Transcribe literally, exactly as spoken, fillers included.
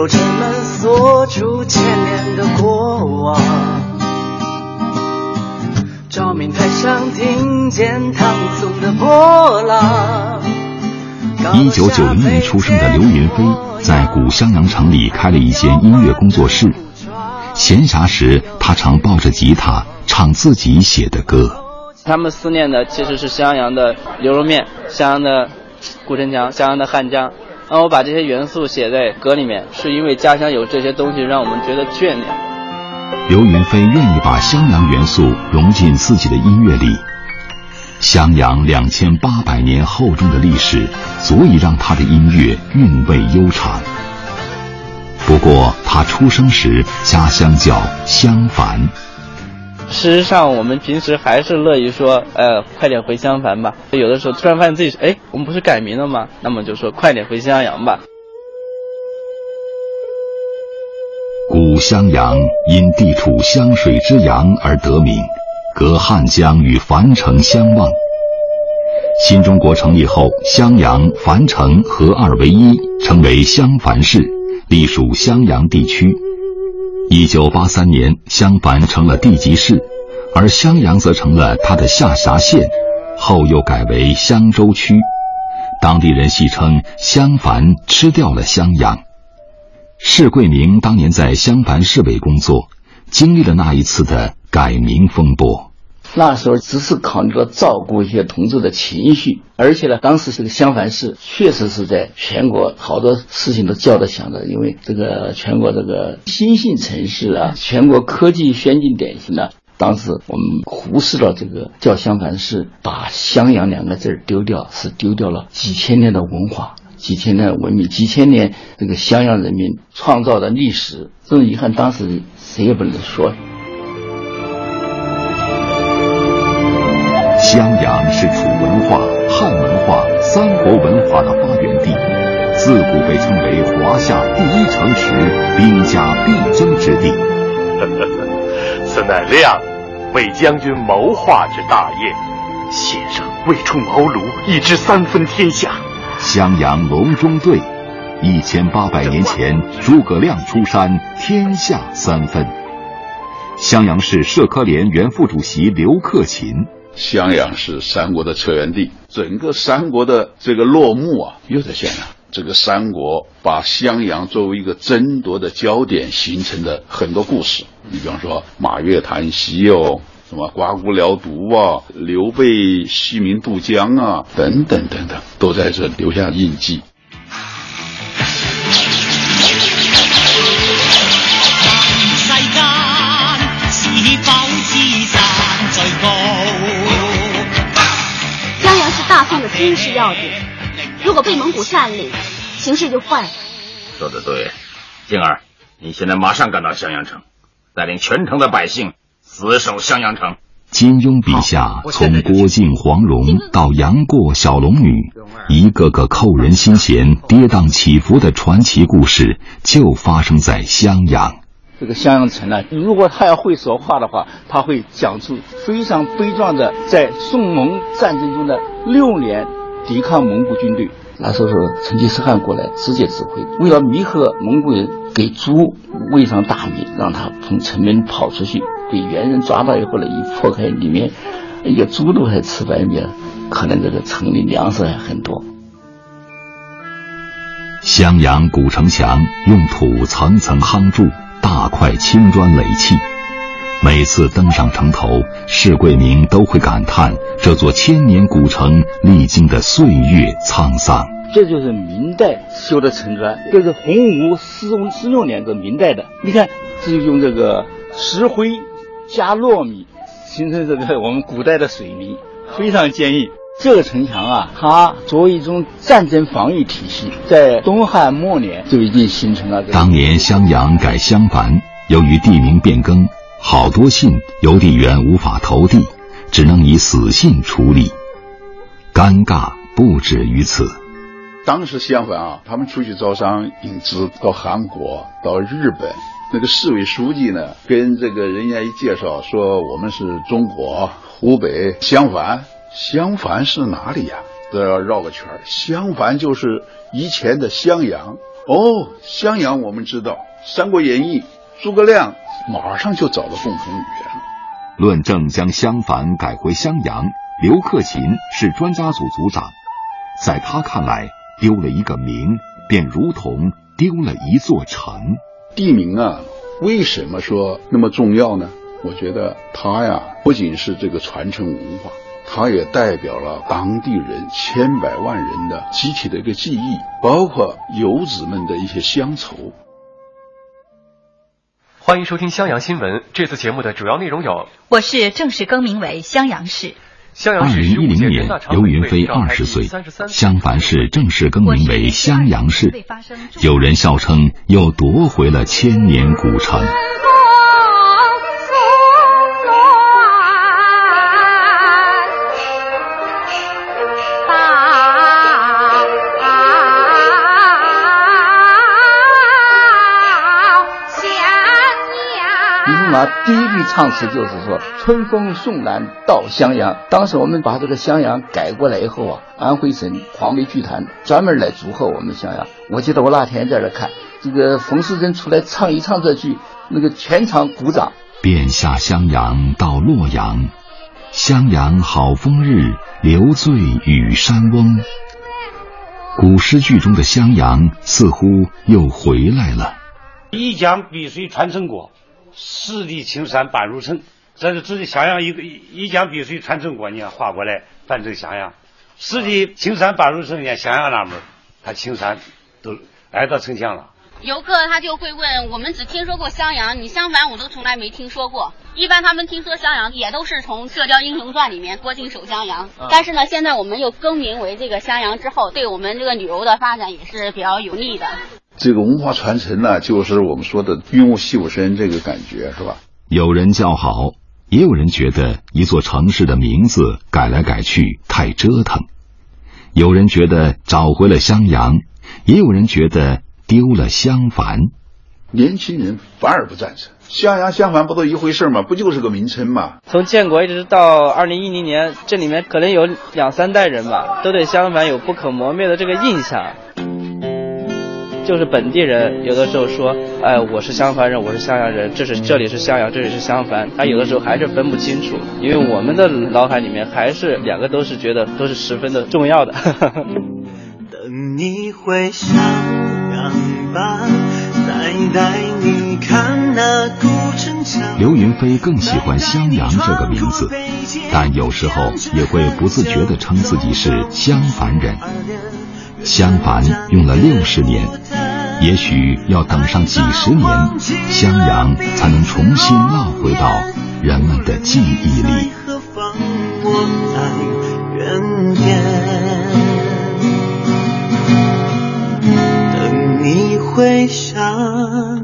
肉城门锁住千年的过往，照明台上听见唐宋的波浪。 一九九零年出生的刘云飞在古襄阳城里开了一间音乐工作室，闲暇时他常抱着吉他唱自己写的歌。 他们思念的其实是襄阳的牛肉面，襄阳的古城墙，襄阳的汉江。然后我把这些元素写在歌里面，是因为家乡有这些东西让我们觉得眷恋。 刘云飞愿意把襄阳元素融进自己的音乐里，襄阳两千八百年厚重的历史足以让他的音乐韵味悠长。不过他出生时家乡叫襄樊。 事实上我们平时还是乐意说呃，快点回襄樊吧。有的时候突然发现自己哎，我们不是改名了吗？那么就说快点回襄阳吧。 古襄阳因地处湘水之阳而得名，隔汉江与樊城相望。新中国成立后，襄阳、樊城合二为一，成为襄樊市，隶属襄阳地区。一九八三年，襄樊成了地级市，而襄阳则成了它的下辖县，后又改为襄州区。当地人戏称襄樊吃掉了襄阳。施桂明当年在襄樊市委工作，经历了那一次的改名风波。 那时候只是考虑到照顾一些同志的情绪，而且呢，当时这个襄樊市确实是在全国好多事情都叫得响的，因为这个全国这个新兴城市啊，全国科技先进典型啊，当时我们忽视了这个叫襄樊市，把襄阳两个字丢掉，是丢掉了几千年的文化，几千年的文明，几千年这个襄阳人民创造的历史，这种遗憾当时谁也不能说。 襄阳是楚文化、汉文化、三国文化的发源地，自古被称为华夏第一城池，兵家必争之地。 此乃亮为将军谋划之大业，先生未出茅庐，已知三分天下。 襄阳隆中对，一千八百年前，诸葛亮出山，天下三分。襄阳市社科联原副主席刘克勤。 襄阳是三国的策源地，整个三国的这个落幕啊，又在襄阳。这个三国把襄阳作为一个争夺的焦点，形成的很多故事。你比方说马月谈西哦，什么刮骨疗毒啊，刘备西民渡江啊，等等等等，都在这留下印记。 襄阳是大宋的军事要地，如果被蒙古占领，形势就坏了。 说得对，静儿，你现在马上赶到襄阳城，带领全城的百姓死守襄阳城。 金庸笔下从郭靖、黄蓉到杨过、小龙女，一个个扣人心弦、跌宕起伏的传奇故事就发生在襄阳。 这个襄阳城呢，如果他要会说话的话，他会讲出非常悲壮的在宋蒙战争中的六年抵抗蒙古军队。那时候是成吉思汗过来直接指挥，为了弥合蒙古人，给猪喂上大米，让他从城门跑出去，被猿人抓到以后呢，一破开里面一个猪都还吃白米，可能这个城里粮食还很多。 襄阳古城墙用土层层夯筑，大块青砖垒砌，每次登上城头，施桂明都会感叹这座千年古城历经的岁月沧桑。 这就是明代修的城砖，这是洪武四十六年的明代的。你看，这就用这个石灰加糯米形成这个我们古代的水泥，非常坚硬。这个城墙啊，它作为一种战争防御体系，在东汉末年就已经形成了这个。 当年襄阳改襄樊，由于地名变更，好多信邮递员无法投递，只能以死信处理，尴尬不止于此。 当时襄樊啊，他们出去招商引资，到韩国、到日本，那个市委书记呢，跟这个人家一介绍说，我们是中国湖北襄樊。襄樊是哪里呀？都要绕个圈。襄樊就是以前的襄阳， 哦，襄阳我们知道，《三国演义》诸葛亮马上就找到共同语言了。 论证将襄樊改回襄阳，刘克勤是专家组组长，在他看来，丢了一个名，便如同丢了一座城。 地名啊，为什么说那么重要呢？我觉得它呀，不仅是这个传承文化，它也代表了当地人千百万人的集体的一个记忆，包括游子们的一些乡愁。 欢迎收听襄阳新闻，这次节目的主要内容有： 我市正式更名为襄阳市。 二零一零年，刘云飞二十岁，襄樊市正式更名为襄阳市。有人笑称又夺回了千年古城。 第一句唱词就是说春风送暖到襄阳。当时我们把这个襄阳改过来以后啊，安徽省黄梅剧团专门来祝贺我们襄阳。我记得我那天在这看，这个冯世珍出来唱一唱这句，那个全场鼓掌。 便下襄阳到洛阳，襄阳好风日，留醉与山翁。古诗句中的襄阳似乎又回来了。 一江碧水传承国，十里青山半如城，这是指的襄阳一个一江碧水传承过，你看划过来翻成襄阳。十里青山半如城，你看襄阳那门，它青山都挨到城墙了。 游客他就会问，我们只听说过襄阳，你襄樊我都从来没听说过。一般他们听说襄阳也都是从《射雕英雄传》里面郭靖守襄阳，嗯、但是呢，现在我们又更名为这个襄阳之后，对我们这个旅游的发展也是比较有利的。 这个文化传承呢，就是我们说的润物细无声这个感觉，是吧？ 有人叫好，也有人觉得一座城市的名字改来改去太折腾。有人觉得找回了襄阳，也有人觉得丢了襄樊。 年轻人反而不赞成，襄阳襄樊不都一回事吗？不就是个名称吗？ 从建国一直到二零一零年，这里面可能有两三代人吧，都对襄樊有不可磨灭的这个印象。就是本地人有的时候说，哎，我是襄樊人，我是襄阳人，这是这里是襄阳，这里是襄樊，他有的时候还是分不清楚，因为我们的脑海里面还是两个都是觉得都是十分的重要的。 等你回襄阳吧，再带你看那古城墙。 刘云飞更喜欢襄阳这个名字，但有时候也会不自觉地称自己是襄樊人。襄樊用了六十年，也许要等上几十年，襄阳才能重新烙回到人们的记忆里。 何方我在原点，等你回襄